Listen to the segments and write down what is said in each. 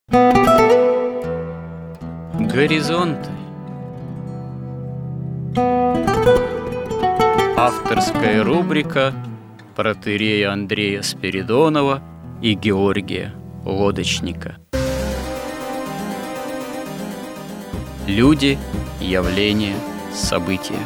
Горизонты. Авторская рубрика протоиерея Андрея Спиридонова и Георгия Лодочника. Люди, явления, события.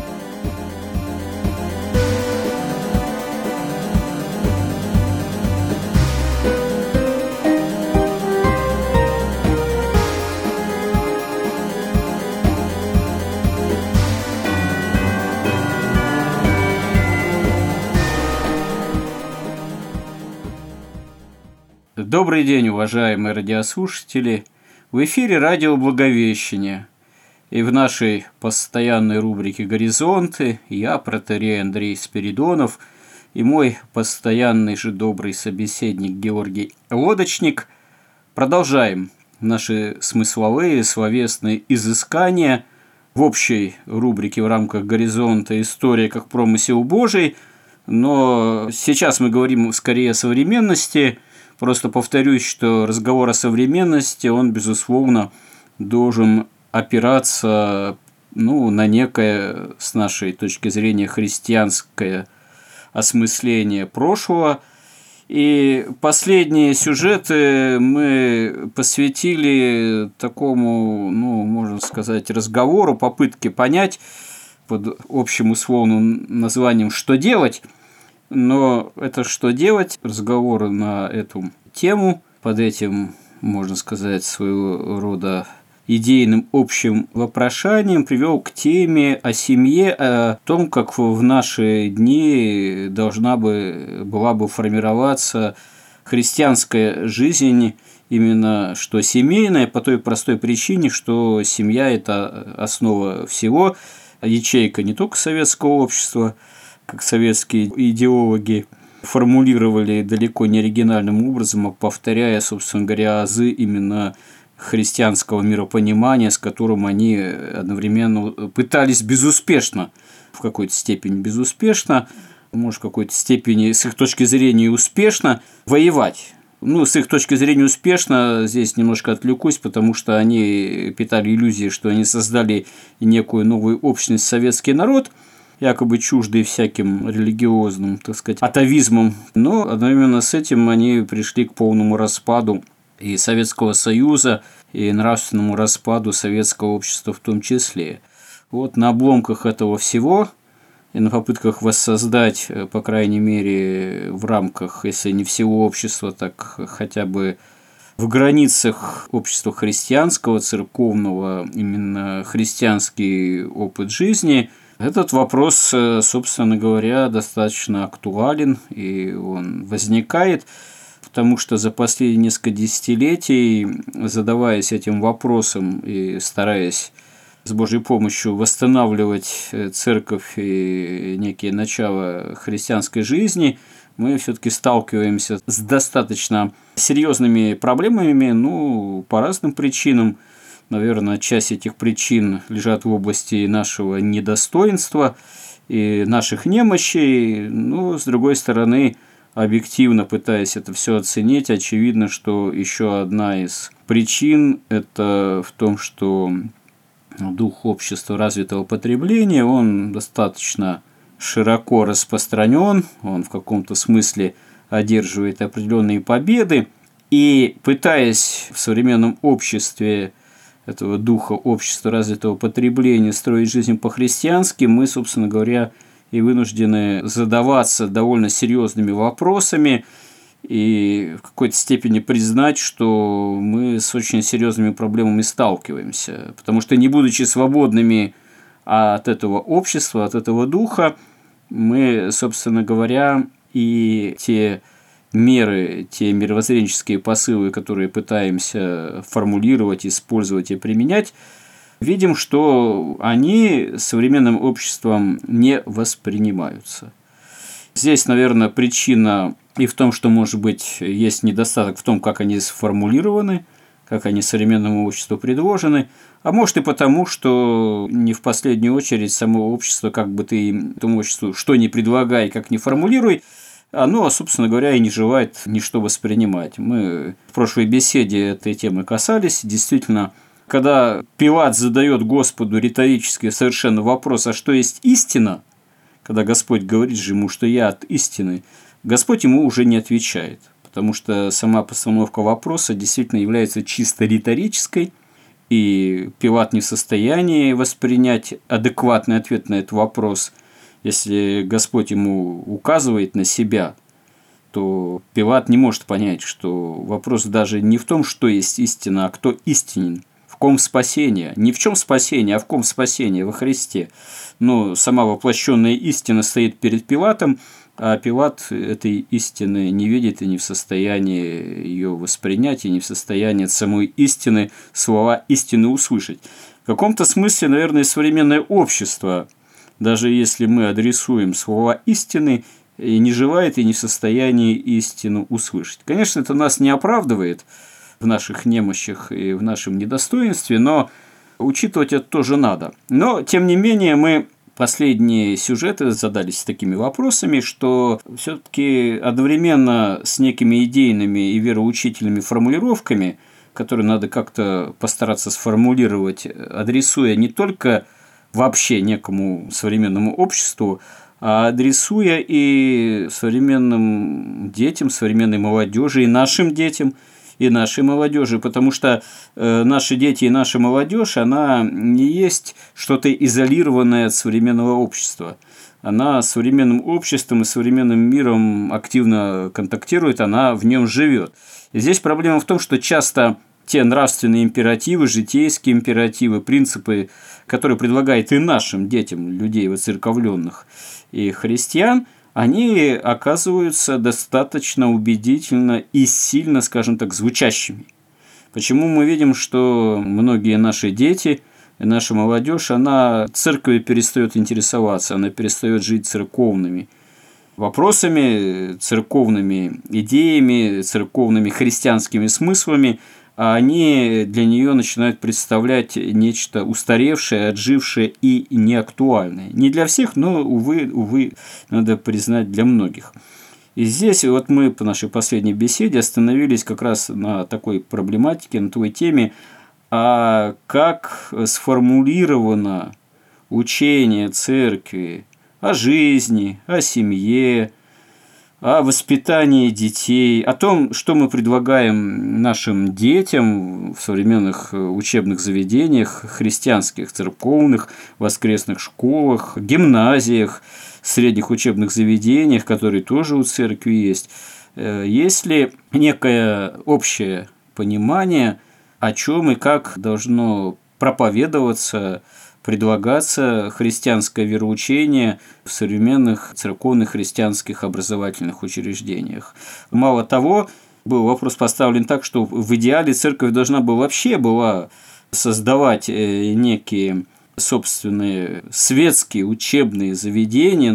Добрый день, уважаемые радиослушатели! В эфире радио «Благовещение». И в нашей постоянной рубрике «Горизонты» я, протоиерей Андрей Спиридонов, и мой постоянный же добрый собеседник Георгий Лодочник продолжаем наши смысловые, словесные изыскания в общей рубрике в рамках «Горизонта. История как промысел Божий». Но сейчас мы говорим скорее о современности. Просто повторюсь, что разговор о современности, он, безусловно, должен опираться на некое, с нашей точки зрения, христианское осмысление прошлого. И последние сюжеты мы посвятили такому, можно сказать, разговору, попытке понять под общим условным названием «Что делать?». Но это «Что делать?» разговор на эту тему, под этим, можно сказать, своего рода идейным общим вопрошанием привел к теме о семье, о том, как в наши дни была бы формироваться христианская жизнь, именно что семейная, по той простой причине, что семья – это основа всего, ячейка не только советского общества, как советские идеологи формулировали далеко не оригинальным образом, а повторяя, собственно говоря, азы именно христианского миропонимания, с которым они одновременно пытались безуспешно, в какой-то степени безуспешно, может, в какой-то степени с их точки зрения успешно воевать. С их точки зрения успешно, здесь немножко отвлекусь, потому что они питали иллюзии, что они создали некую новую общность, советский народ, якобы чуждые всяким религиозным, атовизмом. Но одновременно с этим они пришли к полному распаду и Советского Союза, и нравственному распаду советского общества в том числе. На обломках этого всего и на попытках воссоздать, по крайней мере, в рамках, если не всего общества, так хотя бы в границах общества христианского, церковного, именно христианский опыт жизни, этот вопрос, собственно говоря, достаточно актуален, и он возникает, потому что за последние несколько десятилетий, задаваясь этим вопросом и стараясь с Божьей помощью восстанавливать церковь и некие начала христианской жизни, мы все-таки сталкиваемся с достаточно серьезными проблемами, по разным причинам. Наверное, часть этих причин лежат в области нашего недостоинства и наших немощей, с другой стороны, объективно пытаясь это все оценить, очевидно, что еще одна из причин – это в том, что дух общества развитого потребления, он достаточно широко распространен, он в каком-то смысле одерживает определенные победы, и пытаясь в современном обществе этого духа общества развитого потребления строить жизнь по-христиански, мы, собственно говоря, и вынуждены задаваться довольно серьезными вопросами и в какой-то степени признать, что мы с очень серьезными проблемами сталкиваемся, потому что, не будучи свободными от этого общества, от этого духа, мы, собственно говоря, и те меры, те мировоззренческие посылы, которые пытаемся формулировать, использовать и применять, видим, что они современным обществом не воспринимаются. Здесь, наверное, причина и в том, что, может быть, есть недостаток в том, как они сформулированы, как они современному обществу предложены, а может и потому, что не в последнюю очередь само общество, как бы ты этому обществу что ни предлагай, как ни формулируй, оно, собственно говоря, и не желает ничто воспринимать. Мы в прошлой беседе этой темы касались. Действительно, когда Пилат задает Господу риторический совершенно вопрос, а что есть истина, когда Господь говорит же ему, что я от истины, Господь ему уже не отвечает, потому что сама постановка вопроса действительно является чисто риторической, и Пилат не в состоянии воспринять адекватный ответ на этот вопрос. Если Господь ему указывает на себя, то Пилат не может понять, что вопрос даже не в том, что есть истина, а кто истинен, в ком спасение. Не в чем спасение, а в ком спасение, во Христе. Но сама воплощенная истина стоит перед Пилатом, а Пилат этой истины не видит и не в состоянии ее воспринять, и не в состоянии от самой истины слова истины услышать. В каком-то смысле, наверное, современное общество, даже если мы адресуем слова истины, и не желает и не в состоянии истину услышать. Конечно, это нас не оправдывает в наших немощах и в нашем недостоинстве, но учитывать это тоже надо. Но, тем не менее, мы последние сюжеты задались такими вопросами, что все-таки одновременно с некими идейными и вероучительными формулировками, которые надо как-то постараться сформулировать, адресуя не только вообще некому современному обществу, а адресуя и современным детям, современной молодежи, и нашим детям, и нашей молодежи, потому что наши дети и наша молодежь, она не есть что-то изолированное от современного общества. Она с современным обществом и современным миром активно контактирует, она в нем живет. И здесь проблема в том, что часто те нравственные императивы, житейские императивы, принципы, которые предлагает и нашим детям, людей воцерковленных и христиан, они оказываются достаточно убедительно и сильно, скажем так, звучащими. Почему мы видим, что многие наши дети и наша молодежь, она церковью перестает интересоваться, она перестает жить церковными вопросами, церковными идеями, церковными христианскими смыслами, а они для нее начинают представлять нечто устаревшее, отжившее и неактуальное. Не для всех, но, увы, надо признать, для многих. И здесь вот мы по нашей последней беседе остановились как раз на такой проблематике, на той теме, а как сформулировано учение церкви о жизни, о семье, о воспитании детей, о том, что мы предлагаем нашим детям в современных учебных заведениях, христианских, церковных, воскресных школах, гимназиях, средних учебных заведениях, которые тоже у церкви есть. Есть ли некое общее понимание, о чем и как должно проповедоваться, предлагаться христианское вероучение в современных церковных христианских образовательных учреждениях. Мало того, был вопрос поставлен так, что в идеале церковь должна была вообще создавать некие собственные светские учебные заведения,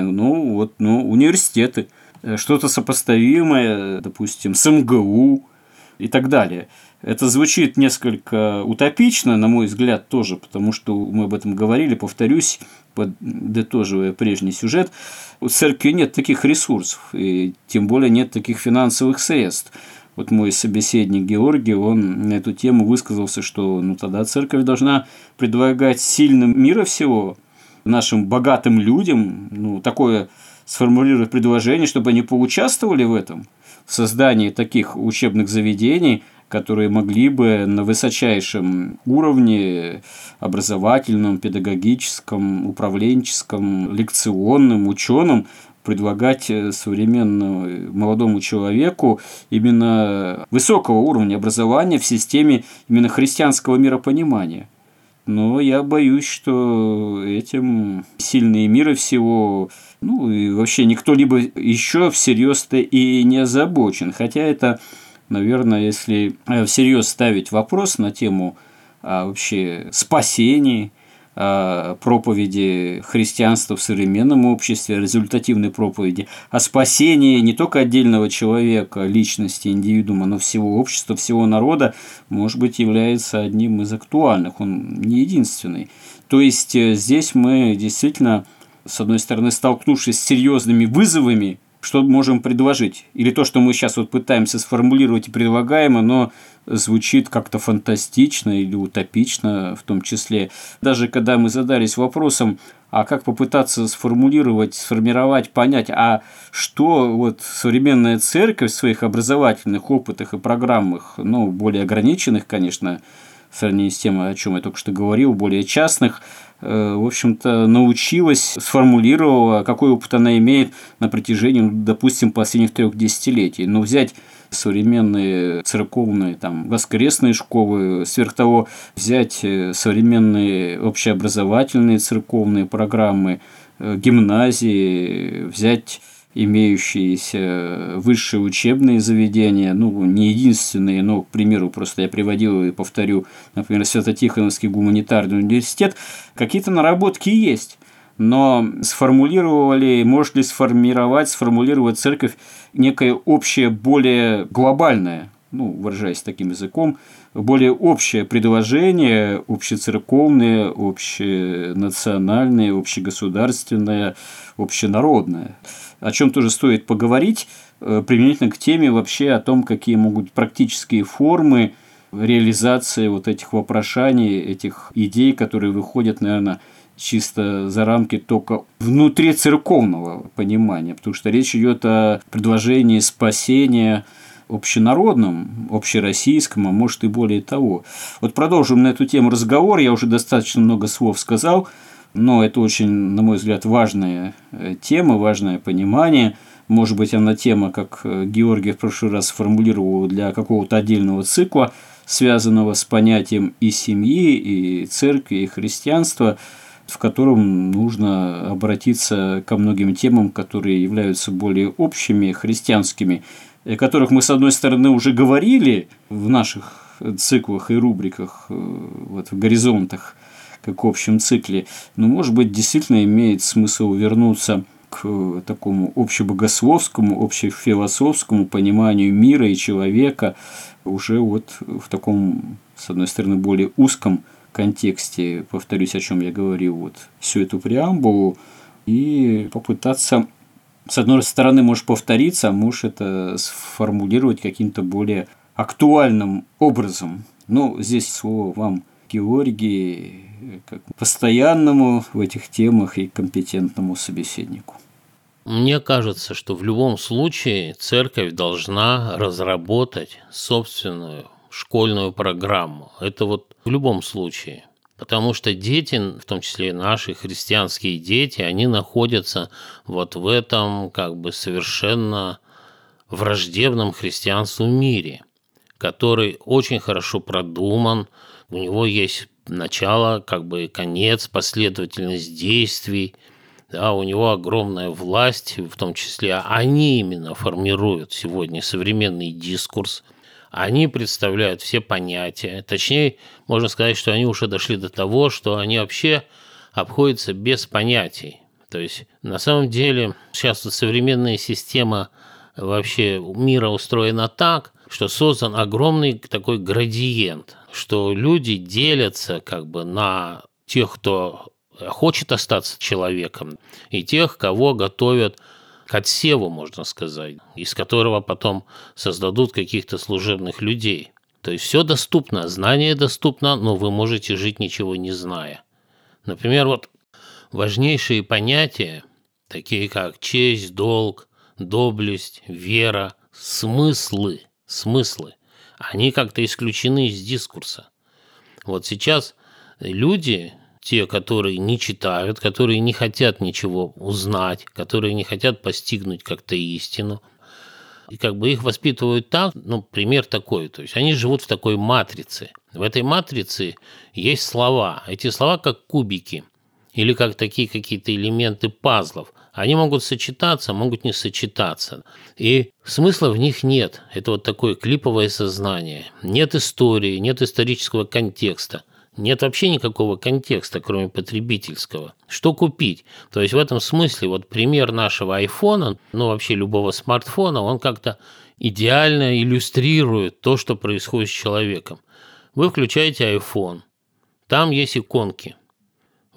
университеты, что-то сопоставимое, допустим, с МГУ и так далее. Это звучит несколько утопично, на мой взгляд, тоже, потому что мы об этом говорили, повторюсь, подытоживая прежний сюжет, у церкви нет таких ресурсов, и тем более нет таких финансовых средств. Вот мой собеседник Георгий, он на эту тему высказался, что тогда церковь должна предлагать сильным мира всего, нашим богатым людям, такое сформулировать предложение, чтобы они поучаствовали в этом, в создании таких учебных заведений, которые могли бы на высочайшем уровне образовательном, педагогическом, управленческом, лекционном, ученом предлагать современному молодому человеку именно высокого уровня образования в системе именно христианского миропонимания. Но я боюсь, что этим сильные мира всего, и вообще никто либо еще всерьез-то и не озабочен. Хотя это, наверное, если всерьез ставить вопрос на тему вообще спасения, проповеди христианства в современном обществе, результативной проповеди, о спасении не только отдельного человека, личности, индивидуума, но всего общества, всего народа, может быть, является одним из актуальных, он не единственный. То есть здесь мы действительно, с одной стороны, столкнувшись с серьезными вызовами что можем предложить? Или то, что мы сейчас вот пытаемся сформулировать и предлагаем, оно звучит как-то фантастично или утопично в том числе. Даже когда мы задались вопросом, а как попытаться сформулировать, сформировать, понять, а что вот современная церковь в своих образовательных опытах и программах, ну, более ограниченных, конечно, в сравнении с тем, о чем я только что говорил, более частных, в общем-то, научилась, сформулировала, какой опыт она имеет на протяжении, допустим, последних 3 десятилетий. Но взять современные церковные, там, воскресные школы, сверх того, взять современные общеобразовательные церковные программы, гимназии, взять имеющиеся высшие учебные заведения, ну, не единственные, но, к примеру, просто я приводил и повторю, например, Свято-Тихоновский гуманитарный университет, какие-то наработки есть, но сформулировали, может ли сформулировать церковь некое общее, более глобальное, ну, выражаясь таким языком, более общее предложение, общецерковное, общенациональное, общегосударственное, общенародное, о чем тоже стоит поговорить, применительно к теме вообще о том, какие могут быть практические формы реализации вот этих вопрошаний, этих идей, которые выходят, наверное, чисто за рамки только внутрицерковного понимания, потому что речь идет о предложении спасения общенародном, общероссийском, а может и более того. Вот продолжим на эту тему разговор, я уже достаточно много слов сказал, но это очень, на мой взгляд, важная тема, важное понимание. Может быть, она тема, как Георгий в прошлый раз сформулировал, для какого-то отдельного цикла, связанного с понятием и семьи, и церкви, и христианства, в котором нужно обратиться ко многим темам, которые являются более общими, христианскими, о которых мы, с одной стороны, уже говорили в наших циклах и рубриках, вот, в горизонтах, как в общем цикле, но, может быть, действительно имеет смысл вернуться к такому общебогословскому, общефилософскому пониманию мира и человека уже вот в таком, с одной стороны, более узком контексте, повторюсь, о чем я говорил, вот всю эту преамбулу, и попытаться, с одной стороны, может повториться, а может это сформулировать каким-то более актуальным образом. Ну, здесь слово вам, Георгий, как постоянному в этих темах и компетентному собеседнику. Мне кажется, что в любом случае церковь должна разработать собственную школьную программу. Это вот в любом случае. Потому что дети, в том числе и наши христианские дети, они находятся вот в этом как бы совершенно враждебном христианству мире, который очень хорошо продуман, у него есть начало, как бы и конец, последовательность действий, да, у него огромная власть, в том числе они именно формируют сегодня современный дискурс, они представляют все понятия, точнее, можно сказать, что они уже дошли до того, что они вообще обходятся без понятий. То есть, на самом деле, сейчас вот современная система вообще мира устроена так, что создан огромный такой градиент, что люди делятся как бы на тех, кто хочет остаться человеком, и тех, кого готовят к отсеву, можно сказать, из которого потом создадут каких-то служебных людей. То есть все доступно, знание доступно, но вы можете жить ничего не зная. Например, вот важнейшие понятия, такие как честь, долг, доблесть, вера, смыслы, они как-то исключены из дискурса. Вот сейчас люди, те, которые не читают, которые не хотят ничего узнать, которые не хотят постигнуть как-то истину, и как бы их воспитывают так, ну, пример такой, то есть они живут в такой матрице. В этой матрице есть слова. Эти слова как кубики или как такие какие-то элементы пазлов. Они могут сочетаться, могут не сочетаться. И смысла в них нет. Это вот такое клиповое сознание. Нет истории, нет исторического контекста. Нет вообще никакого контекста, кроме потребительского. Что купить? То есть в этом смысле вот пример нашего айфона, ну вообще любого смартфона, он как-то идеально иллюстрирует то, что происходит с человеком. Вы включаете iPhone, там есть иконки.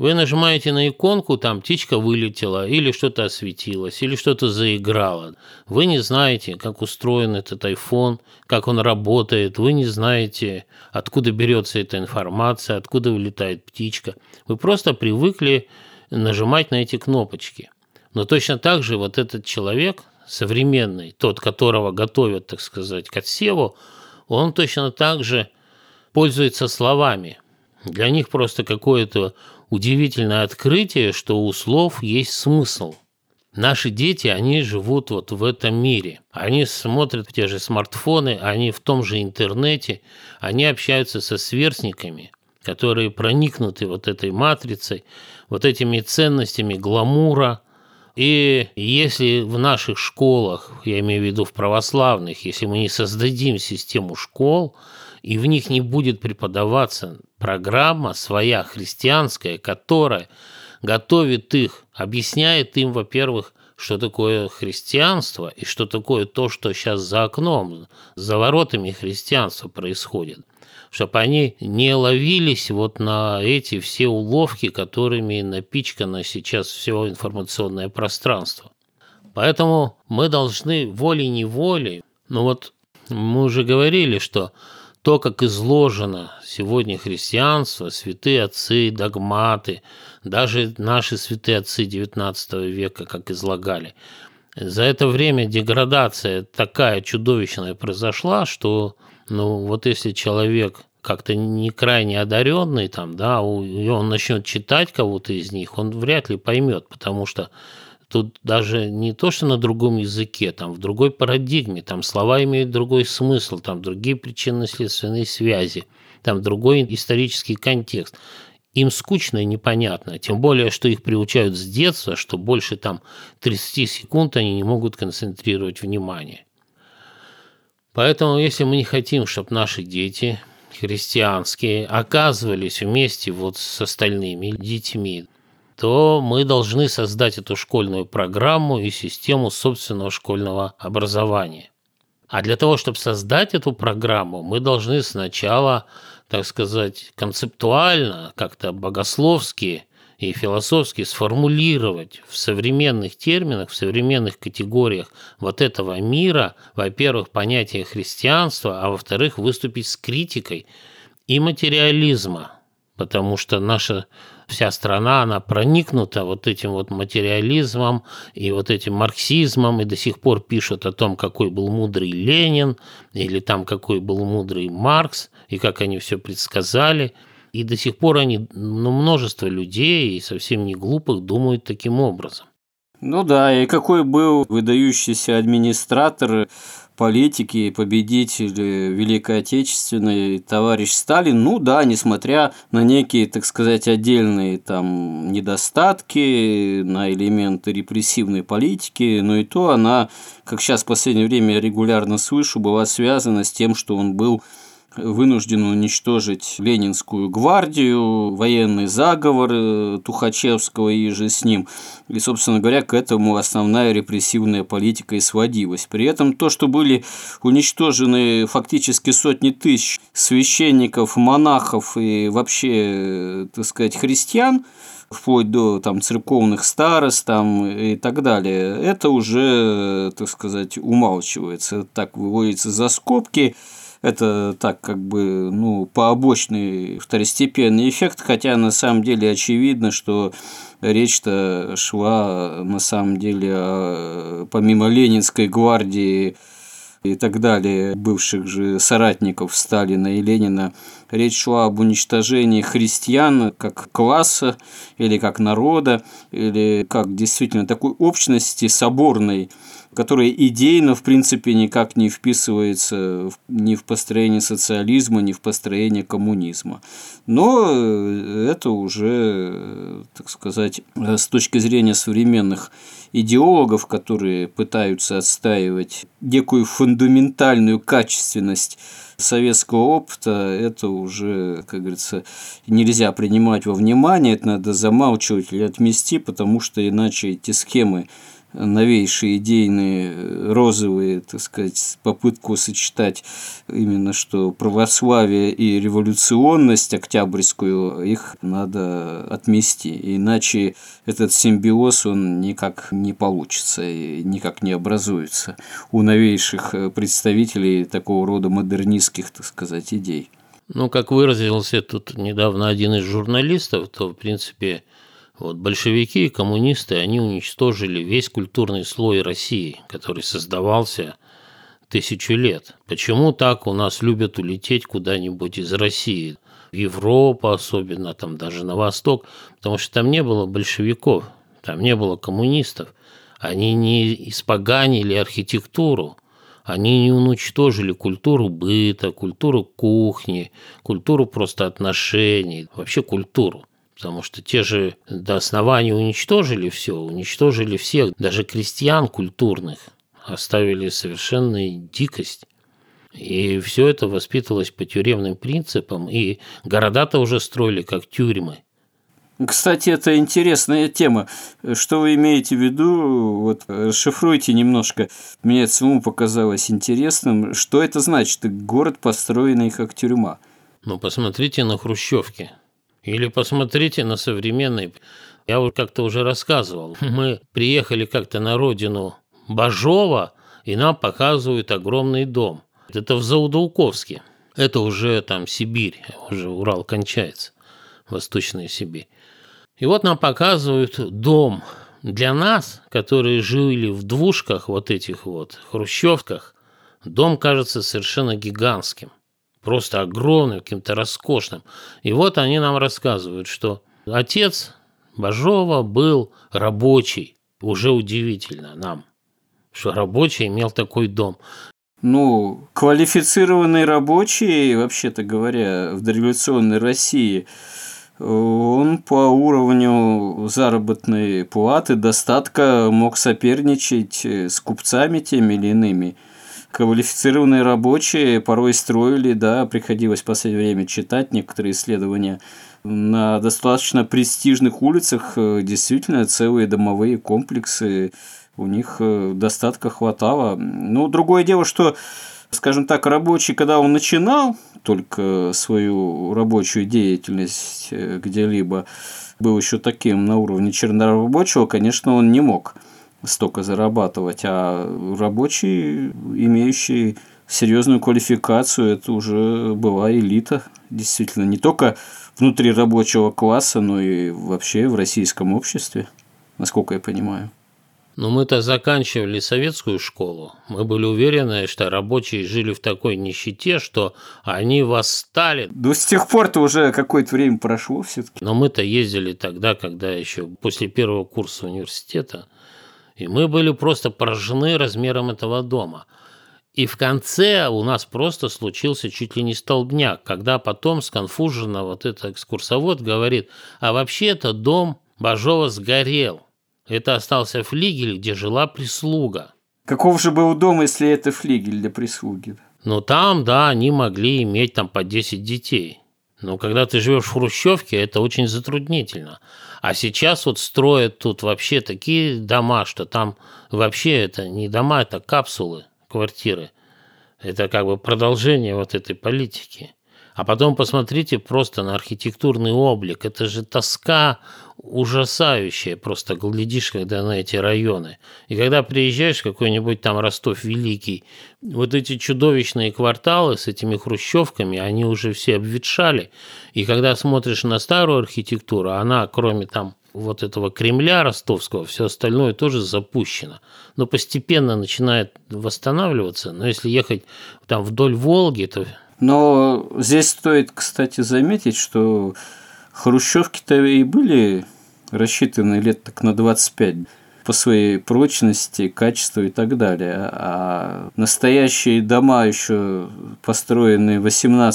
Вы нажимаете на иконку, там птичка вылетела, или что-то осветилось, или что-то заиграло. Вы не знаете, как устроен этот iPhone, как он работает, вы не знаете, откуда берется эта информация, откуда вылетает птичка. Вы просто привыкли нажимать на эти кнопочки. Но точно так же вот этот человек современный, тот, которого готовят, так сказать, к отсеву, он точно так же пользуется словами. Для них просто какое-то удивительное открытие, что у слов есть смысл. Наши дети, они живут вот в этом мире. Они смотрят в те же смартфоны, они в том же интернете, они общаются со сверстниками, которые проникнуты вот этой матрицей, вот этими ценностями гламура. И если в наших школах, я имею в виду в православных, если мы не создадим систему школ, и в них не будет преподаваться программа своя христианская, которая готовит их, объясняет им, во-первых, что такое христианство и что такое то, что сейчас за окном, за воротами христианства происходит, чтобы они не ловились вот на эти все уловки, которыми напичкано сейчас все информационное пространство. Поэтому мы должны волей-неволей, мы уже говорили, что то, как изложено сегодня христианство, святые отцы, догматы, даже наши святые отцы XIX века, как излагали, за это время деградация такая чудовищная произошла, что, если человек как-то не крайне одаренный, и он начнет читать кого-то из них, он вряд ли поймет, потому что тут даже не то, что на другом языке, в другой парадигме, слова имеют другой смысл, другие причинно-следственные связи, другой исторический контекст. Им скучно и непонятно, тем более, что их приучают с детства, что больше 30 секунд они не могут концентрировать внимание. Поэтому, если мы не хотим, чтобы наши дети христианские оказывались вместе с остальными детьми, то мы должны создать эту школьную программу и систему собственного школьного образования. А для того, чтобы создать эту программу, мы должны сначала, так сказать, концептуально, как-то богословски и философски сформулировать в современных терминах, в современных категориях этого мира, во-первых, понятие христианства, а во-вторых, выступить с критикой и материализма, потому что наша вся страна, она проникнута этим материализмом и этим марксизмом, и до сих пор пишут о том, какой был мудрый Ленин, или какой был мудрый Маркс, и как они все предсказали. И до сих пор множество людей, и совсем не глупых, думают таким образом. И какой был выдающийся администратор политики, победитель Великой Отечественной, товарищ Сталин, несмотря на некие, так сказать, отдельные недостатки, на элементы репрессивной политики, но и то она, как сейчас в последнее время я регулярно слышу, была связана с тем, что он был вынужден уничтожить Ленинскую гвардию, военный заговор Тухачевского и же с ним. И, собственно говоря, к этому основная репрессивная политика и сводилась. При этом то, что были уничтожены фактически сотни тысяч священников, монахов и вообще, так сказать, христиан, вплоть до церковных старост и так далее, это уже, так сказать, умалчивается, так выводится за скобки. Это побочный второстепенный эффект, хотя на самом деле очевидно, что речь-то шла на самом деле помимо Ленинской гвардии и так далее, бывших же соратников Сталина и Ленина, речь шла об уничтожении христиан как класса или как народа, или как действительно такой общности соборной, которая идейно, в принципе, никак не вписывается ни в построение социализма, ни в построение коммунизма. Но это уже, так сказать, с точки зрения современных идеологов, которые пытаются отстаивать некую фундаментальную качественность советского опыта, это уже, как говорится, нельзя принимать во внимание, это надо замалчивать или отмести, потому что иначе эти схемы новейшие идейные розовые, так сказать, попытку сочетать именно что православие и революционность октябрьскую, их надо отмести, иначе этот симбиоз, он никак не получится и никак не образуется у новейших представителей такого рода модернистских, так сказать, идей. Ну, как выразился тут недавно один из журналистов, то, в принципе, вот большевики и коммунисты, они уничтожили весь культурный слой России, который создавался 1000 лет. Почему так у нас любят улететь куда-нибудь из России? В Европу особенно, там даже на восток, потому что там не было большевиков, там не было коммунистов. Они не испоганили архитектуру, они не уничтожили культуру быта, культуру кухни, культуру просто отношений, вообще культуру. Потому что те же до основания уничтожили всех, даже крестьян культурных, оставили совершенную дикость. И все это воспитывалось по тюремным принципам, и города-то уже строили как тюрьмы. Кстати, это интересная тема. Что вы имеете в виду? Вот расшифруйте немножко. Мне это самому показалось интересным. Что это значит? Город, построенный как тюрьма. Ну, посмотрите на хрущевки. Или посмотрите на современные. Я вот как-то уже рассказывал. Мы приехали как-то на родину Бажова, и нам показывают огромный дом. Это в Заудолковске. Это уже там Сибирь, уже Урал кончается, Восточная Сибирь. И вот нам показывают дом. Для нас, которые жили в двушках, вот этих вот хрущевках, дом кажется совершенно гигантским. Просто огромным, каким-то роскошным. И вот они нам рассказывают, что отец Бажова был рабочий. Уже удивительно нам, что рабочий имел такой дом. Ну, квалифицированный рабочий, вообще-то говоря, в дореволюционной России, он по уровню заработной платы, достатка мог соперничать с купцами теми или иными. Квалифицированные рабочие порой строили, да, приходилось в последнее время читать некоторые исследования, на достаточно престижных улицах действительно целые домовые комплексы, у них достатка хватало. Ну, другое дело, что, скажем так, рабочий, когда он начинал только свою рабочую деятельность где-либо, был еще таким на уровне чернорабочего, конечно, он не мог столько зарабатывать, а рабочий, имеющий серьезную квалификацию, это уже была элита, действительно, не только внутри рабочего класса, но и вообще в российском обществе, насколько я понимаю. Но мы-то заканчивали советскую школу. Мы были уверены, что рабочие жили в такой нищете, что они восстали. Да с тех пор-то уже какое-то время прошло все-таки. Но мы-то ездили тогда, когда еще после первого курса университета, и мы были просто поражены размером этого дома. И в конце у нас просто случился чуть ли не столбняк, когда потом сконфуженно вот этот экскурсовод говорит, а вообще-то дом Бажова сгорел. Это остался флигель, где жила прислуга. Каков же был дом, если это флигель для прислуги? Ну там, да, они могли иметь там по 10 детей. Но когда ты живешь в хрущевке, это очень затруднительно. А сейчас вот строят тут вообще такие дома, что там вообще это не дома, это капсулы, квартиры. Это как бы продолжение вот этой политики. А потом посмотрите просто на архитектурный облик. Это же тоска ужасающая, просто глядишь, когда на эти районы. И когда приезжаешь в какой-нибудь там Ростов Великий, вот эти чудовищные кварталы с этими хрущевками, они уже все обветшали. И когда смотришь на старую архитектуру, она, кроме там вот этого Кремля ростовского, все остальное тоже запущено. Но постепенно начинает восстанавливаться. Но если ехать там вдоль Волги, то... Но здесь стоит, кстати, заметить, что хрущевки-то и были рассчитаны лет так на 25 по своей прочности, качеству и так далее. А настоящие дома, еще построенные в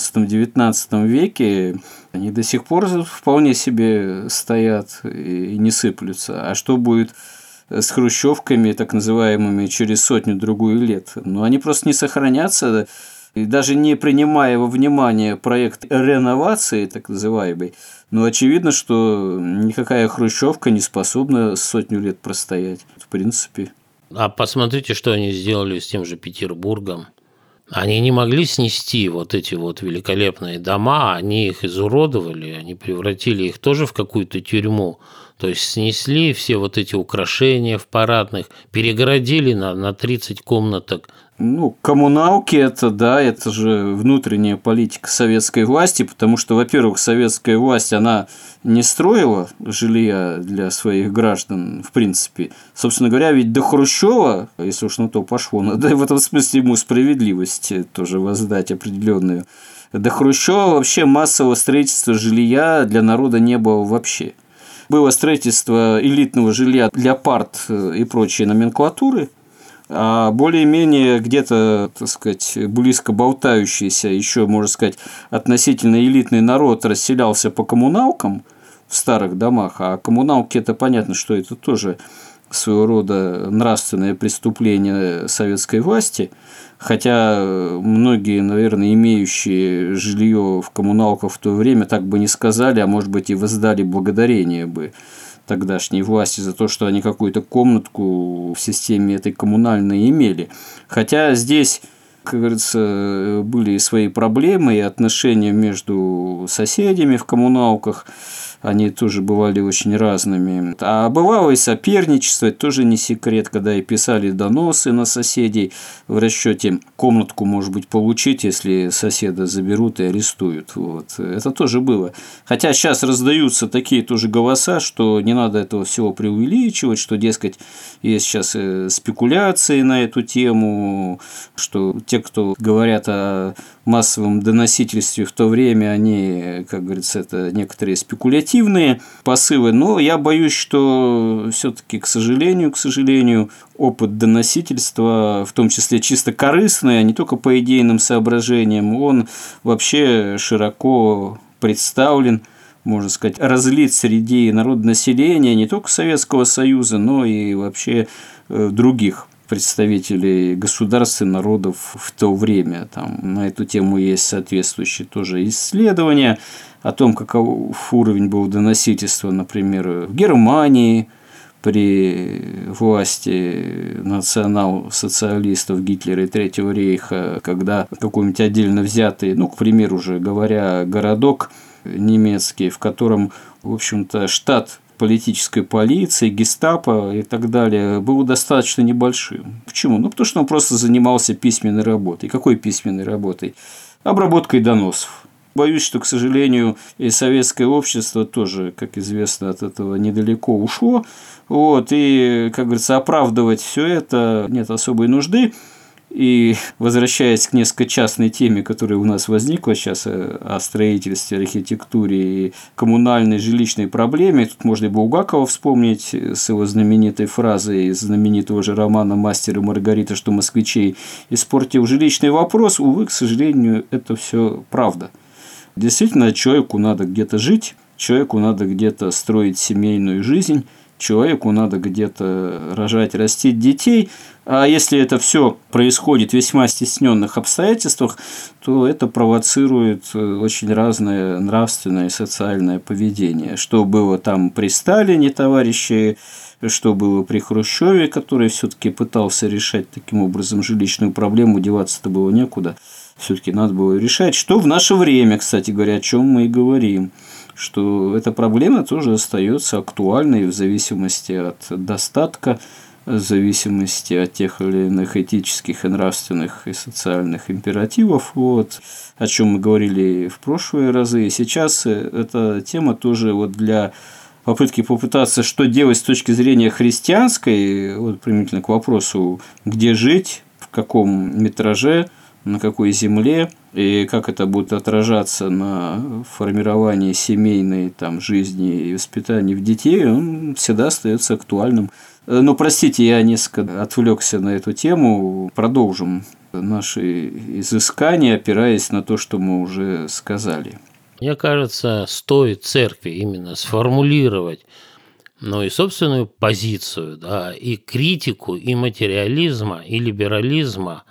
18-19 веке, они до сих пор вполне себе стоят и не сыплются. А что будет с хрущевками, так называемыми, через сотню-другую лет? Ну, они просто не сохранятся. И даже не принимая во внимание проект реновации, так называемый, но очевидно, что никакая хрущевка не способна сотню лет простоять, в принципе. А посмотрите, что они сделали с тем же Петербургом. Они не могли снести вот эти вот великолепные дома, они их изуродовали, они превратили их тоже в какую-то тюрьму. То есть снесли все вот эти украшения в парадных, перегородили на 30 комнаток. Ну, коммуналки это, да, это же внутренняя политика советской власти, потому что, во-первых, советская власть, она не строила жилья для своих граждан, в принципе. Собственно говоря, ведь до Хрущева, если уж на то пошло, надо в этом смысле ему справедливость тоже воздать определенную. До Хрущева вообще массового строительства жилья для народа не было вообще. Было строительство элитного жилья для парт и прочей номенклатуры, а более-менее где-то, так сказать, близко болтающийся, еще, можно сказать, относительно элитный народ расселялся по коммуналкам в старых домах, а коммуналки – это понятно, что это тоже своего рода нравственное преступление советской власти, хотя многие, наверное, имеющие жилье в коммуналках в то время так бы не сказали, а может быть и воздали благодарение бы тогдашней власти за то, что они какую-то комнатку в системе этой коммунальной имели. Хотя здесь, как говорится, были и свои проблемы, и отношения между соседями в коммуналках, они тоже бывали очень разными. А бывало и соперничество, это тоже не секрет, когда и писали доносы на соседей в расчете комнатку, может быть, получить, если соседа заберут и арестуют. Вот. Это тоже было. Хотя сейчас раздаются такие тоже голоса, что не надо этого всего преувеличивать, что, дескать, есть сейчас спекуляции на эту тему, что те, кто говорят о массовом доносительстве в то время, они, как говорится, это некоторые спекулятивные посылы, но я боюсь, что все-таки, к сожалению, опыт доносительства, в том числе чисто корыстный, а не только по идейным соображениям, он вообще широко представлен, можно сказать, разлит среди народонаселения не только Советского Союза, но и вообще других представителей государств и народов в то время. Там на эту тему есть соответствующие тоже исследования о том, каков уровень был доносительства, например, в Германии при власти национал-социалистов Гитлера и Третьего рейха, когда какой-нибудь отдельно взятый, ну, к примеру же говоря, городок немецкий, в котором, в общем-то, штат политической полиции, гестапо и так далее был достаточно небольшим. Почему? Ну, потому что он просто занимался письменной работой. Какой письменной работой? Обработкой доносов. Боюсь, что, к сожалению, и советское общество тоже, как известно, от этого недалеко ушло. Вот, и, как говорится, оправдывать все это нет особой нужды. И возвращаясь к несколько частной теме, которая у нас возникла сейчас о строительстве, архитектуре и коммунальной жилищной проблеме, тут можно и Булгакова вспомнить с его знаменитой фразой из знаменитого же романа «Мастер и Маргарита», что москвичей испортил жилищный вопрос. Увы, к сожалению, это все правда. Действительно, человеку надо где-то жить, человеку надо где-то строить семейную жизнь, человеку надо где-то рожать, растить детей, а если это все происходит в весьма стесненных обстоятельствах, то это провоцирует очень разное нравственное и социальное поведение. Что было там при Сталине, товарищи, что было при Хрущеве, который все-таки пытался решать таким образом жилищную проблему, деваться-то было некуда, все-таки надо было решать. Что в наше время, кстати говоря, о чем мы и говорим, что эта проблема тоже остается актуальной в зависимости от достатка, в зависимости от тех или иных этических и нравственных и социальных императивов, вот, о чем мы говорили в прошлые разы. И сейчас эта тема тоже вот для попытаться, что делать с точки зрения христианской, вот, применительно к вопросу, где жить, в каком метраже, на какой земле, и как это будет отражаться на формировании семейной там, жизни и воспитании в детей, он всегда остается актуальным. Но, простите, я несколько отвлекся на эту тему. Продолжим наши изыскания, опираясь на то, что мы уже сказали. Мне кажется, стоит церкви именно сформулировать, ну и собственную позицию, да, и критику и материализма, и либерализма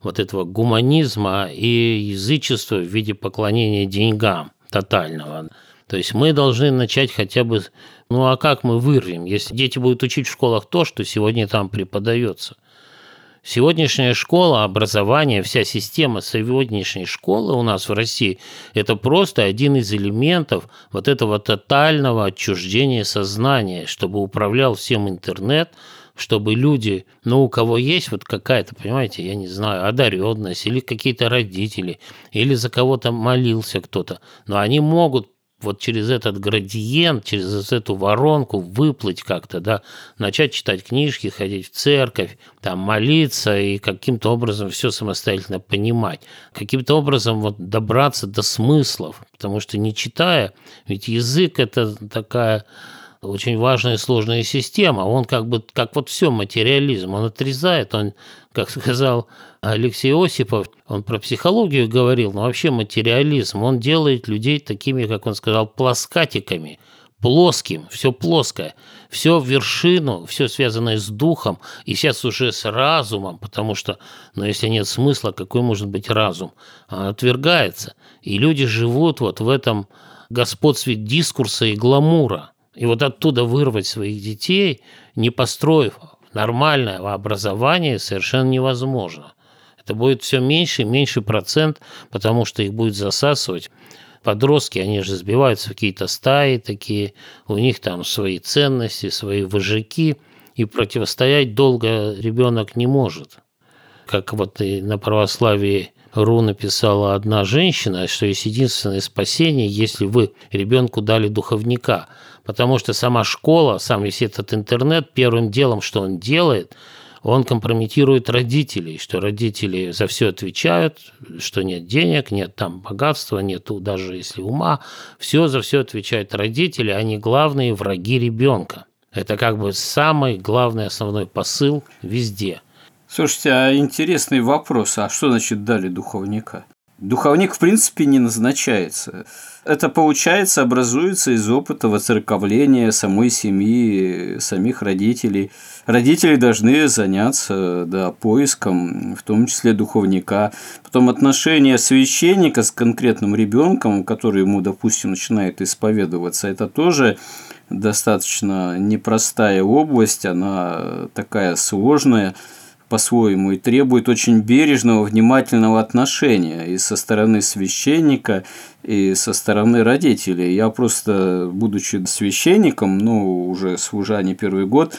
вот этого гуманизма и язычества в виде поклонения деньгам тотального. То есть мы должны начать хотя бы, ну а как мы вырвем, если дети будут учить в школах то, что сегодня там преподается? Сегодняшняя школа, образование, вся система сегодняшней школы у нас в России – это просто один из элементов вот этого тотального отчуждения сознания, чтобы управлял всем интернет, чтобы люди, ну, у кого есть вот какая-то, понимаете, я не знаю, одаренность или какие-то родители, или за кого-то молился кто-то, но они могут вот через этот градиент, через эту воронку выплыть как-то, да, начать читать книжки, ходить в церковь, там молиться и каким-то образом все самостоятельно понимать, каким-то образом вот добраться до смыслов, потому что не читая, ведь язык – это такая очень важная и сложная система, он как вот все материализм, он отрезает, он, как сказал Алексей Осипов, он про психологию говорил, но вообще материализм, он делает людей такими, как он сказал, плоскатиками, плоским, все плоское, все в вершину, все связанное с духом, и сейчас уже с разумом, потому что, ну, если нет смысла, какой может быть разум? Он отвергается, и люди живут вот в этом господстве дискурса и гламура. И вот оттуда вырвать своих детей, не построив нормальное образование, совершенно невозможно. Это будет все меньше и меньше процент, потому что их будет засасывать. Подростки, они же сбиваются в какие-то стаи такие, у них там свои ценности, свои вожаки, и противостоять долго ребенок не может. Как вот и на православии РУ написала одна женщина, что есть единственное спасение, если вы ребенку дали духовника, потому что сама школа, сам весь этот интернет, первым делом, что он делает, он компрометирует родителей, что родители за все отвечают, что нет денег, нет там богатства, нет даже если ума, все за все отвечают родители, они главные враги ребенка. Это как бы самый главный основной посыл везде. Слушайте, а интересный вопрос, а что значит дали духовника? Духовник, в принципе, не назначается. Это, получается, образуется из опыта воцерковления самой семьи, самих родителей. Родители должны заняться, да, поиском, в том числе духовника. Потом отношения священника с конкретным ребенком, который ему, допустим, начинает исповедоваться, это тоже достаточно непростая область, она такая сложная по-своему и требует очень бережного, внимательного отношения и со стороны священника, и со стороны родителей. Я просто, будучи священником, ну, уже служа не первый год,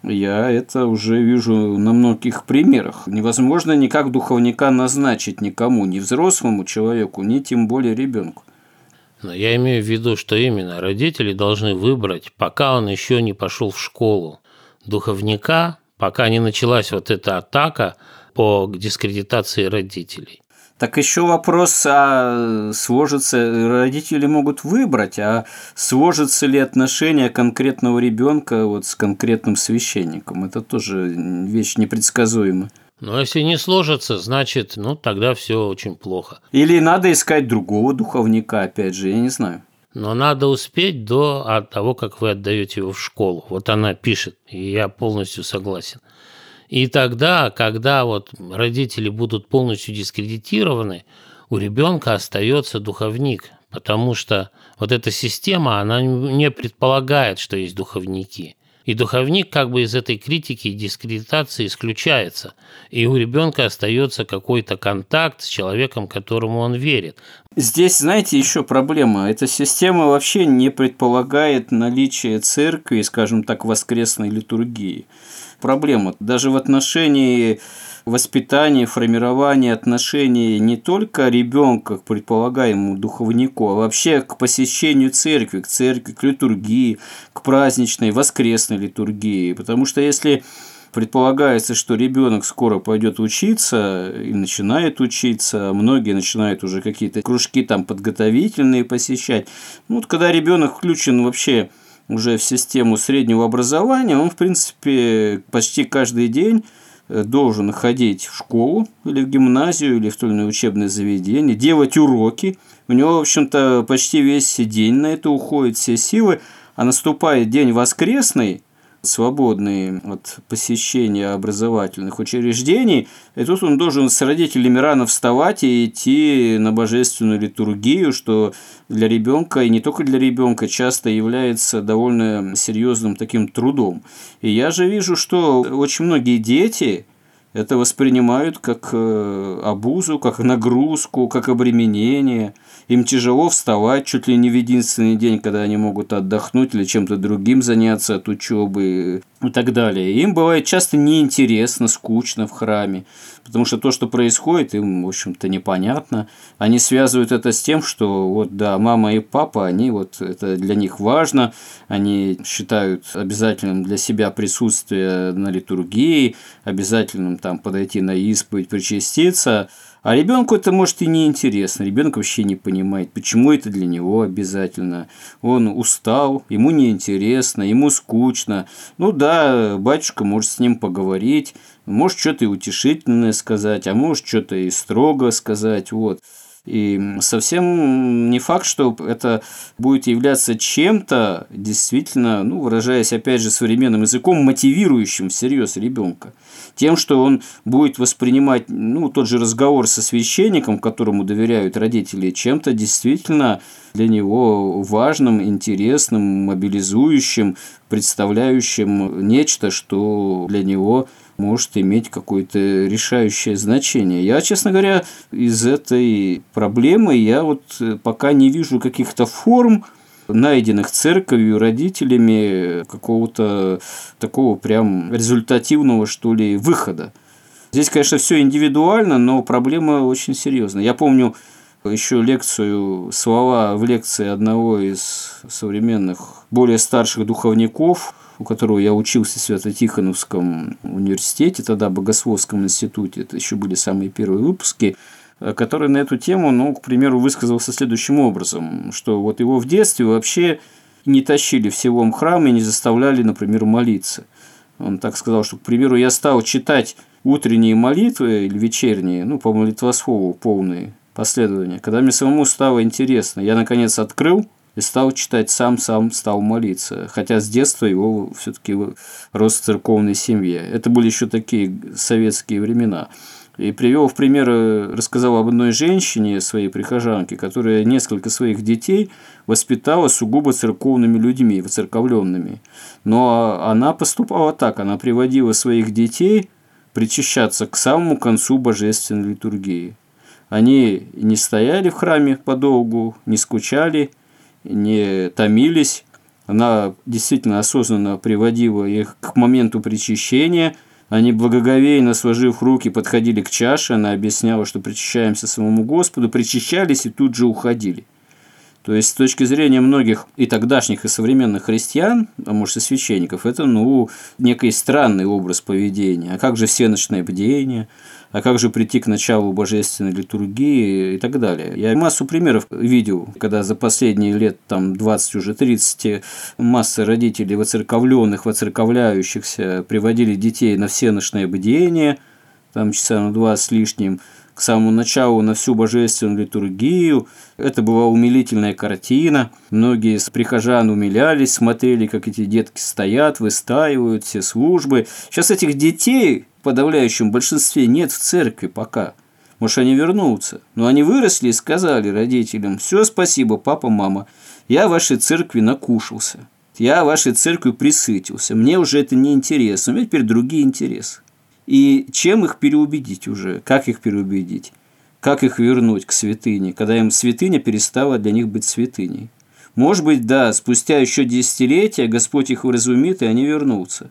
я это уже вижу на многих примерах. Невозможно никак духовника назначить никому, ни взрослому человеку, ни тем более ребенку. Но я имею в виду, что именно родители должны выбрать, пока он еще не пошел в школу, духовника, пока не началась вот эта атака по дискредитации родителей. Так еще вопрос, а сложится, родители могут выбрать, а сложится ли отношение конкретного ребенка вот с конкретным священником? Это тоже вещь непредсказуемая. Но если не сложится, значит, ну тогда все очень плохо. Или надо искать другого духовника, опять же, я не знаю. Но надо успеть до того, как вы отдаете его в школу. Вот она пишет, и я полностью согласен. И тогда, когда вот родители будут полностью дискредитированы, у ребенка остается духовник, потому что вот эта система, она не предполагает, что есть духовники. И духовник как бы из этой критики и дискредитации исключается, и у ребенка остается какой-то контакт с человеком, которому он верит. Здесь, знаете, еще проблема. Эта система вообще не предполагает наличие церкви, скажем так, воскресной литургии. Проблема даже в отношении воспитания, формирования отношений не только ребенка к предполагаемому духовнику, а вообще к посещению церкви, к литургии, к праздничной, воскресной литургии. Потому что если предполагается, что ребенок скоро пойдет учиться и начинает учиться, многие начинают уже какие-то кружки там подготовительные посещать. Ну, вот когда ребенок включен вообще уже в систему среднего образования, он, в принципе, почти каждый день должен ходить в школу или в гимназию, или в то или иное учебное заведение, делать уроки. У него, в общем-то, почти весь день на это уходит, все силы. А наступает день воскресный, свободный от посещения образовательных учреждений, и тут он должен с родителями рано вставать и идти на божественную литургию, что для ребенка, и не только для ребенка, часто является довольно серьезным таким трудом. И я же вижу, что очень многие дети это воспринимают как обузу, как нагрузку, как обременение. Им тяжело вставать чуть ли не в единственный день, когда они могут отдохнуть или чем-то другим заняться от учебы и так далее. Им бывает часто неинтересно, скучно в храме, потому что то, что происходит, им, в общем-то, непонятно. Они связывают это с тем, что вот, да, мама и папа, они вот, это для них важно, они считают обязательным для себя присутствие на литургии, обязательным там подойти на исповедь, причаститься. А ребенку это может и не интересно. Ребенок вообще не понимает, почему это для него обязательно. Он устал, ему неинтересно, ему скучно. Ну да, батюшка может с ним поговорить, может что-то и утешительное сказать, а может что-то и строго сказать. Вот. И совсем не факт, что это будет являться чем-то действительно, ну, выражаясь опять же современным языком, мотивирующим всерьез ребенка. Тем, что он будет воспринимать, ну, тот же разговор со священником, которому доверяют родители, чем-то действительно для него важным, интересным, мобилизующим, представляющим нечто, что для него может иметь какое-то решающее значение. Я, честно говоря, из этой проблемы я вот пока не вижу каких-то форм, найденных церковью, родителями, какого-то такого прям результативного, что ли, выхода. Здесь, конечно, все индивидуально, но проблема очень серьезная. Я помню еще слова в лекции одного из современных, более старших духовников, у которого я учился в Свято-Тихоновском университете, тогда Богословском институте, это еще были самые первые выпуски, который на эту тему, ну, к примеру, высказался следующим образом, что вот его в детстве вообще не тащили в силом храм и не заставляли, например, молиться. Он так сказал, что, к примеру, я стал читать утренние молитвы или вечерние, ну, по молитвослову полные последования, когда мне самому стало интересно. Я, наконец, открыл и стал читать сам стал молиться. Хотя с детства его все-таки рос в церковной семье. Это были еще такие советские времена. И привел в пример, рассказал об одной женщине, своей прихожанке, которая несколько своих детей воспитала сугубо церковными людьми, воцерковленными. Но она поступала так, она приводила своих детей причащаться к самому концу божественной литургии. Они не стояли в храме подолгу, не скучали, не томились. Она действительно осознанно приводила их к моменту причащения. Они благоговейно, сложив руки, подходили к чаше. Она объясняла, что причащаемся самому Господу, причащались и тут же уходили. То есть, с точки зрения многих и тогдашних, и современных христиан, а может и священников, это, некий странный образ поведения. А как же всеночное бдение? А как же прийти к началу божественной литургии и так далее? Я массу примеров видел, когда за последние лет, 20, уже 30, масса родителей воцерковленных, воцерковляющихся приводили детей на всеночное бдение, часа на 2 с лишним, к самому началу на всю божественную литургию. Это была умилительная картина. Многие из прихожан умилялись, смотрели, как эти детки стоят, выстаивают все службы. Сейчас этих детей в подавляющем большинстве нет в церкви пока. Может, они вернутся. Но они выросли и сказали родителям: все, спасибо, папа, мама, я в вашей церкви накушался. Я вашей церковью присытился. Мне уже это не интересно. У меня теперь другие интересы. И чем их переубедить уже? Как их переубедить? Как их вернуть к святыне, когда им святыня перестала для них быть святыней? Может быть, да, спустя еще десятилетия Господь их вразумит, и они вернутся.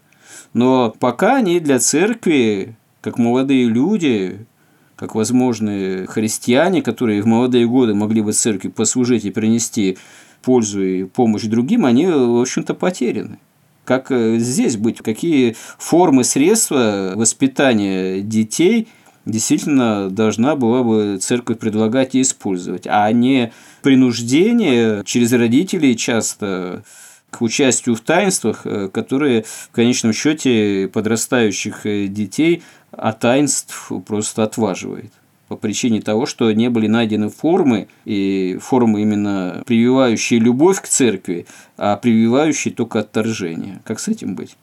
Но пока они для церкви, как молодые люди, как возможные христиане, которые в молодые годы могли бы церкви послужить и принести пользу и помощь другим, они, в общем-то, потеряны. Как здесь быть? Какие формы, средства воспитания детей действительно должна была бы церковь предлагать и использовать, а не принуждение через родителей часто к участию в таинствах, которые в конечном счете подрастающих детей от таинств просто отваживает. По причине того, что не были найдены формы, и формы именно прививающие любовь к церкви, а прививающие только отторжение. Как с этим быть?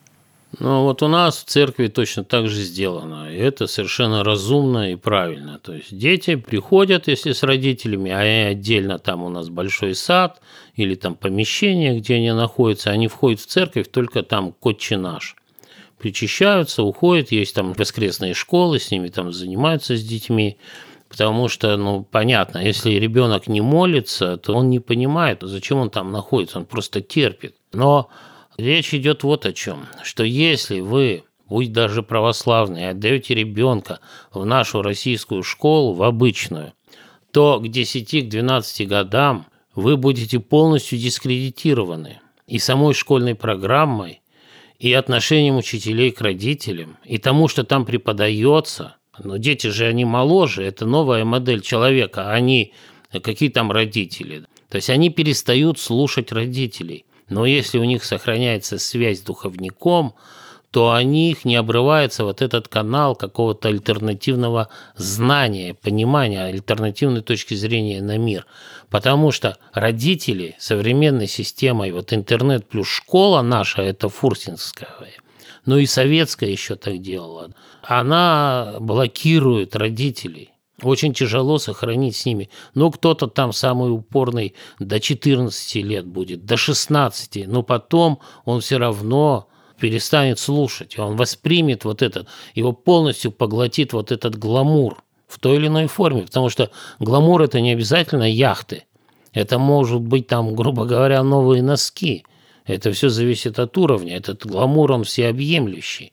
Ну, вот у нас в церкви точно так же сделано. И это совершенно разумно и правильно. То есть дети приходят, если с родителями, а отдельно там у нас большой сад или там помещение, где они находятся, они входят в церковь только там к Отче наш. Причащаются, уходят, есть там воскресные школы, с ними там занимаются с детьми. Потому что, понятно, если ребенок не молится, то он не понимает, зачем он там находится, он просто терпит. Но речь идет вот о чем, что если вы, будь даже православные, отдаете ребенка в нашу российскую школу, в обычную, то к 10-12 годам вы будете полностью дискредитированы и самой школьной программой, и отношением учителей к родителям, и тому, что там преподается. Но дети же, они моложе, это новая модель человека, они какие там родители. То есть они перестают слушать родителей. Но если у них сохраняется связь с духовником, то у них не обрывается вот этот канал какого-то альтернативного знания, понимания, альтернативной точки зрения на мир. Потому что родители современной системой, вот интернет плюс школа наша, это фурсинская, ну и советская еще так делала, она блокирует родителей. Очень тяжело сохранить с ними. Но кто-то там самый упорный до 14 лет будет, до 16, но потом он все равно перестанет слушать, он воспримет вот этот, его полностью поглотит вот этот гламур в той или иной форме, потому что гламур – это не обязательно яхты, это может быть там, грубо говоря, новые носки, это все зависит от уровня, этот гламур, он всеобъемлющий,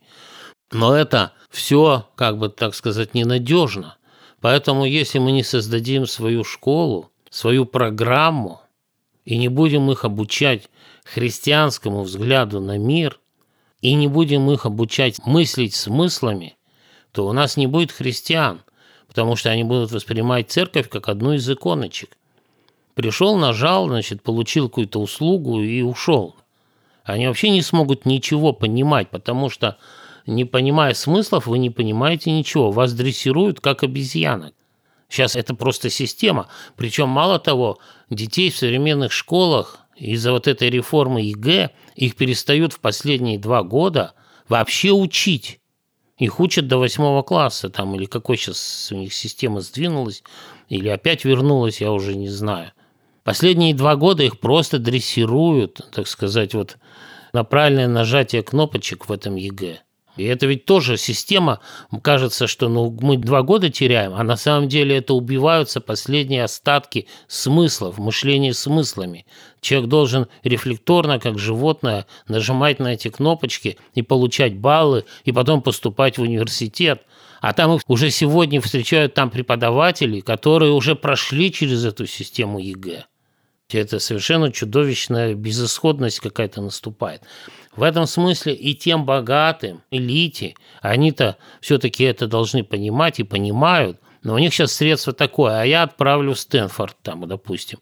но это все, как бы так сказать, ненадежно, поэтому если мы не создадим свою школу, свою программу и не будем их обучать христианскому взгляду на мир, и не будем их обучать мыслить смыслами, то у нас не будет христиан, потому что они будут воспринимать церковь как одну из иконочек. Пришел, нажал, получил какую-то услугу и ушел. Они вообще не смогут ничего понимать, потому что, не понимая смыслов, вы не понимаете ничего. Вас дрессируют как обезьянок. Сейчас это просто система. Причем, мало того, детей в современных школах из-за вот этой реформы ЕГЭ их перестают в последние 2 года вообще учить. Их учат до 8 класса, там, или какой сейчас у них система сдвинулась, или опять вернулась, я уже не знаю. Последние 2 года их просто дрессируют, так сказать, вот на правильное нажатие кнопочек в этом ЕГЭ. И это ведь тоже система, кажется, что мы 2 года теряем, а на самом деле это убиваются последние остатки смыслов, мышления смыслами. Человек должен рефлекторно, как животное, нажимать на эти кнопочки и получать баллы, и потом поступать в университет. А там их уже сегодня встречают там преподаватели, которые уже прошли через эту систему ЕГЭ. Это совершенно чудовищная безысходность какая-то наступает. В этом смысле и тем богатым, элите, они-то все-таки это должны понимать и понимают, но у них сейчас средство такое, а я отправлю в Стэнфорд, там, допустим.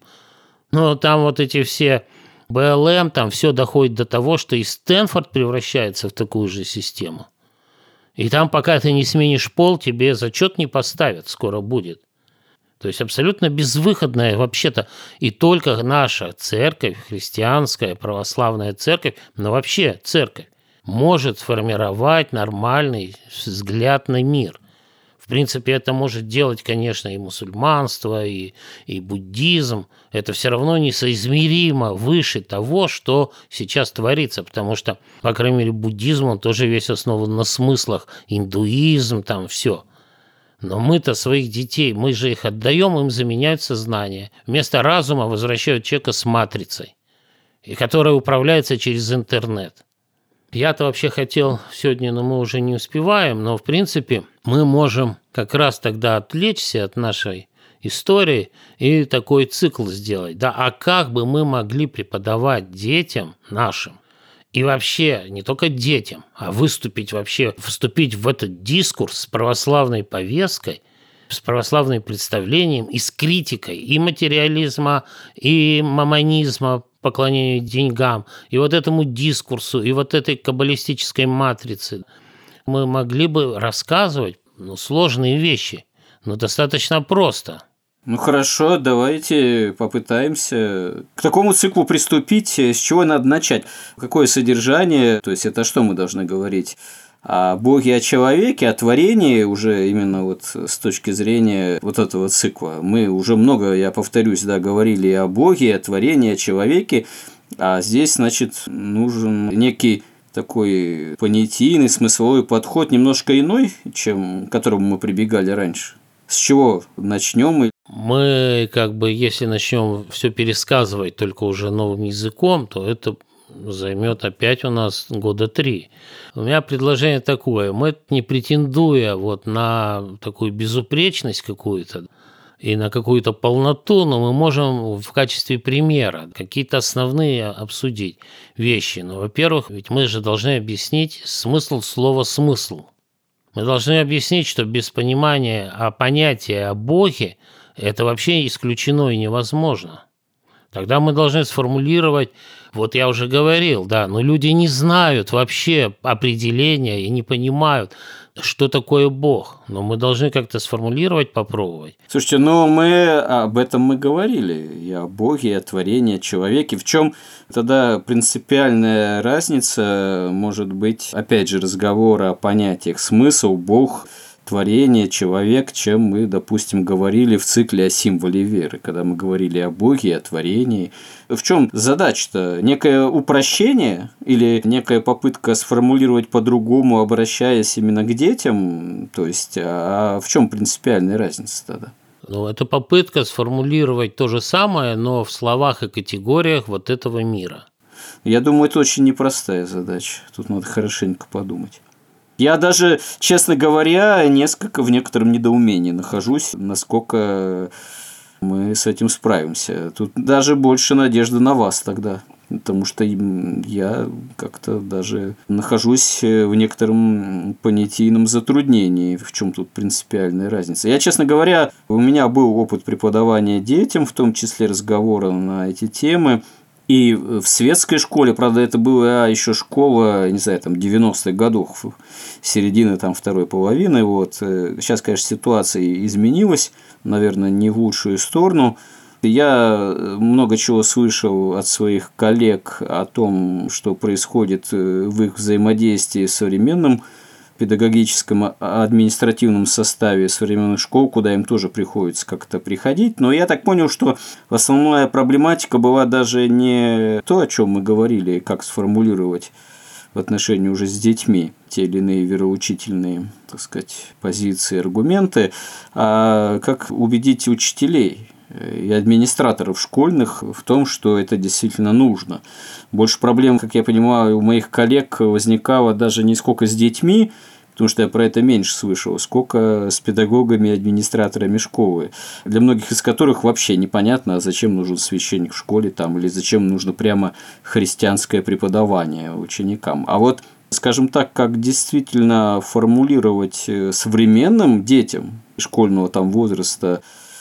Но там вот эти все БЛМ, там все доходит до того, что и Стэнфорд превращается в такую же систему. И там, пока ты не сменишь пол, тебе зачет не поставят, скоро будет. То есть абсолютно безвыходная вообще-то и только наша церковь, христианская, православная церковь, но вообще церковь, может сформировать нормальный взгляд на мир. В принципе, это может делать, конечно, и мусульманство, и буддизм. Это все равно несоизмеримо выше того, что сейчас творится, потому что, по крайней мере, буддизм, он тоже весь основан на смыслах, индуизм, там все. Но мы-то своих детей, мы же их отдаем, им заменяют сознание. Вместо разума возвращают человека с матрицей, и которая управляется через интернет. Я-то вообще хотел сегодня, но мы уже не успеваем, но в принципе мы можем как раз тогда отвлечься от нашей истории и такой цикл сделать. Да, а как бы мы могли преподавать детям нашим, и вообще не только детям, а вступить в этот дискурс с православной повесткой, с православным представлением и с критикой и материализма, и мамонизма, поклонению деньгам, и вот этому дискурсу, и вот этой каббалистической матрице. Мы могли бы рассказывать сложные вещи, но достаточно просто. Ну хорошо, давайте попытаемся к такому циклу приступить. С чего надо начать? Какое содержание? То есть это что мы должны говорить? О Боге, о человеке, о творении уже именно вот с точки зрения вот этого цикла. Мы уже много, я повторюсь, да, говорили и о Боге, о творении, о человеке, а здесь, значит, нужен некий такой понятийный, смысловой подход, немножко иной, чем к которому мы прибегали раньше. С чего начнем? Мы если начнем все пересказывать только уже новым языком, то это займет опять у нас года 3. У меня предложение такое: мы, не претендуя вот на такую безупречность какую-то и на какую-то полноту, но мы можем в качестве примера какие-то основные обсудить вещи. Ну, во-первых, ведь мы же должны объяснить смысл слова «смысл». Мы должны объяснить, что без понимания понятия о Боге это вообще исключено и невозможно. Тогда мы должны сформулировать, вот я уже говорил, да, но люди не знают вообще определения и не понимают, что такое Бог. Но мы должны как-то сформулировать, попробовать. Слушайте, ну мы об этом мы говорили, и о Боге, и о творении, о человеке. В чем тогда принципиальная разница может быть, опять же, разговора о понятиях смысл, Бог, творение, человек, чем мы, допустим, говорили в цикле о символе веры, когда мы говорили о Боге, о творении. В чем задача-то? Некое упрощение или некая попытка сформулировать по-другому, обращаясь именно к детям? То есть, а в чем принципиальная разница тогда? Ну, это попытка сформулировать то же самое, но в словах и категориях вот этого мира. Я думаю, это очень непростая задача. Тут надо хорошенько подумать. Я даже, честно говоря, в некотором недоумении нахожусь, насколько мы с этим справимся. Тут даже больше надежды на вас тогда, потому что я как-то даже нахожусь в некотором понятийном затруднении, в чем тут принципиальная разница. Я, честно говоря, у меня был опыт преподавания детям, в том числе разговора на эти темы. И в светской школе, правда, это была еще школа, не знаю, там 90-х годов, середины там второй половины. Вот. Сейчас, конечно, ситуация изменилась, наверное, не в лучшую сторону. Я много чего слышал от своих коллег о том, что происходит в их взаимодействии с современным педагогическом административном составе современных школ, куда им тоже приходится как-то приходить. Но я так понял, что основная проблематика была даже не то, о чем мы говорили, как сформулировать в отношении уже с детьми те или иные вероучительные, так сказать, позиции, аргументы, а как убедить учителей и администраторов школьных в том, что это действительно нужно. Больше проблем, как я понимаю, у моих коллег возникало даже не сколько с детьми, потому что я про это меньше слышал, сколько с педагогами и администраторами школы, для многих из которых вообще непонятно, зачем нужен священник в школе там, или зачем нужно прямо христианское преподавание ученикам. А вот, скажем так, как действительно формулировать современным детям школьного там возраста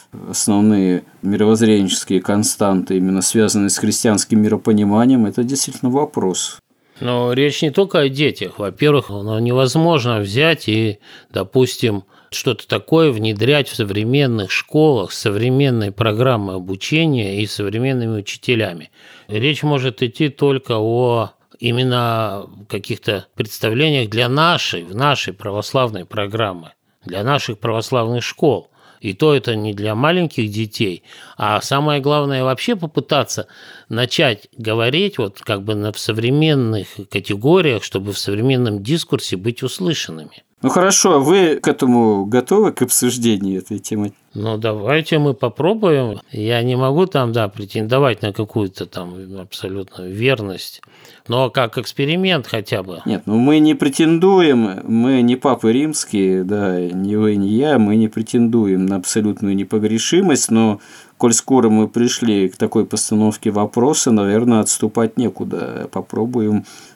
основные мировоззренческие константы, именно связанные с христианским миропониманием, это действительно вопрос. Но речь не только о детях. Во-первых, невозможно взять и, допустим, что-то такое внедрять в современных школах с современной программой обучения и современными учителями. Речь может идти только о именно каких-то представлениях для нашей православной программы, для наших православных школ. И то это не для маленьких детей, а самое главное вообще попытаться начать говорить в современных категориях, чтобы в современном дискурсе быть услышанными. Ну хорошо, вы к этому готовы, к обсуждению этой темы? Ну давайте мы попробуем. Я не могу претендовать на какую-то там абсолютную верность, но как эксперимент хотя бы. Нет, мы не претендуем, мы не папы римские, да, ни вы, ни я, мы не претендуем на абсолютную непогрешимость, но коль скоро мы пришли к такой постановке вопроса, наверное, отступать некуда. Попробуем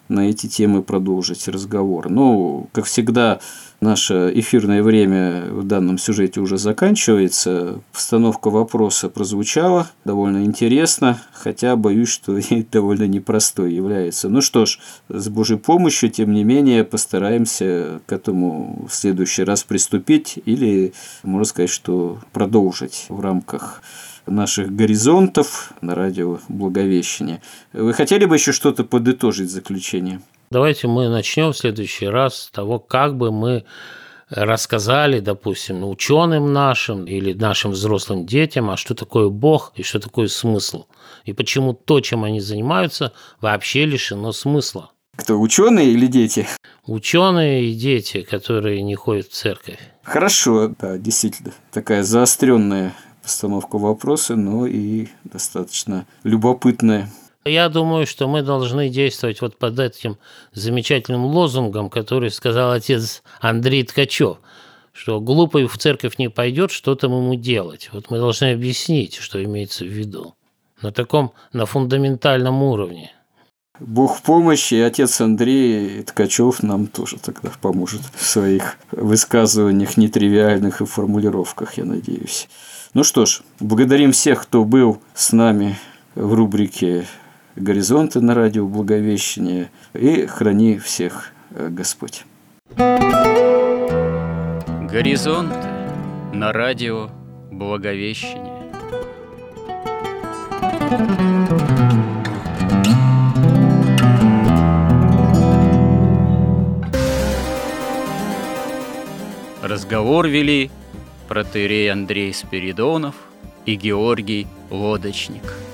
на эти темы продолжить разговор. Но, как всегда, наше эфирное время в данном сюжете уже заканчивается. Постановка вопроса прозвучала довольно интересно, хотя боюсь, что и довольно непростой является. Ну что ж, с Божьей помощью, тем не менее, постараемся к этому в следующий раз приступить или, можно сказать, что продолжить в рамках наших горизонтов на радио Благовещение. Вы хотели бы еще что-то подытожить в заключение? Давайте мы начнем в следующий раз с того, как бы мы рассказали, допустим, ученым нашим или нашим взрослым детям, а что такое Бог и что такое смысл. И почему то, чем они занимаются, вообще лишено смысла. Кто, ученые или дети? Ученые и дети, которые не ходят в церковь. Хорошо, да, действительно, такая заостренная постановка вопроса, но и достаточно любопытная. Я думаю, что мы должны действовать вот под этим замечательным лозунгом, который сказал отец Андрей Ткачев, что глупый в церковь не пойдет, что там ему делать. Вот мы должны объяснить, что имеется в виду. На фундаментальном уровне. Бог в помощи, и отец Андрей Ткачев нам тоже тогда поможет в своих высказываниях нетривиальных и формулировках, я надеюсь. Ну что ж, благодарим всех, кто был с нами в рубрике «Горизонты» на радио Благовещение, и храни всех Господь. «Горизонты» на радио Благовещение. Разговор вели протоиерей Андрей Спиридонов и Георгий Лодочник.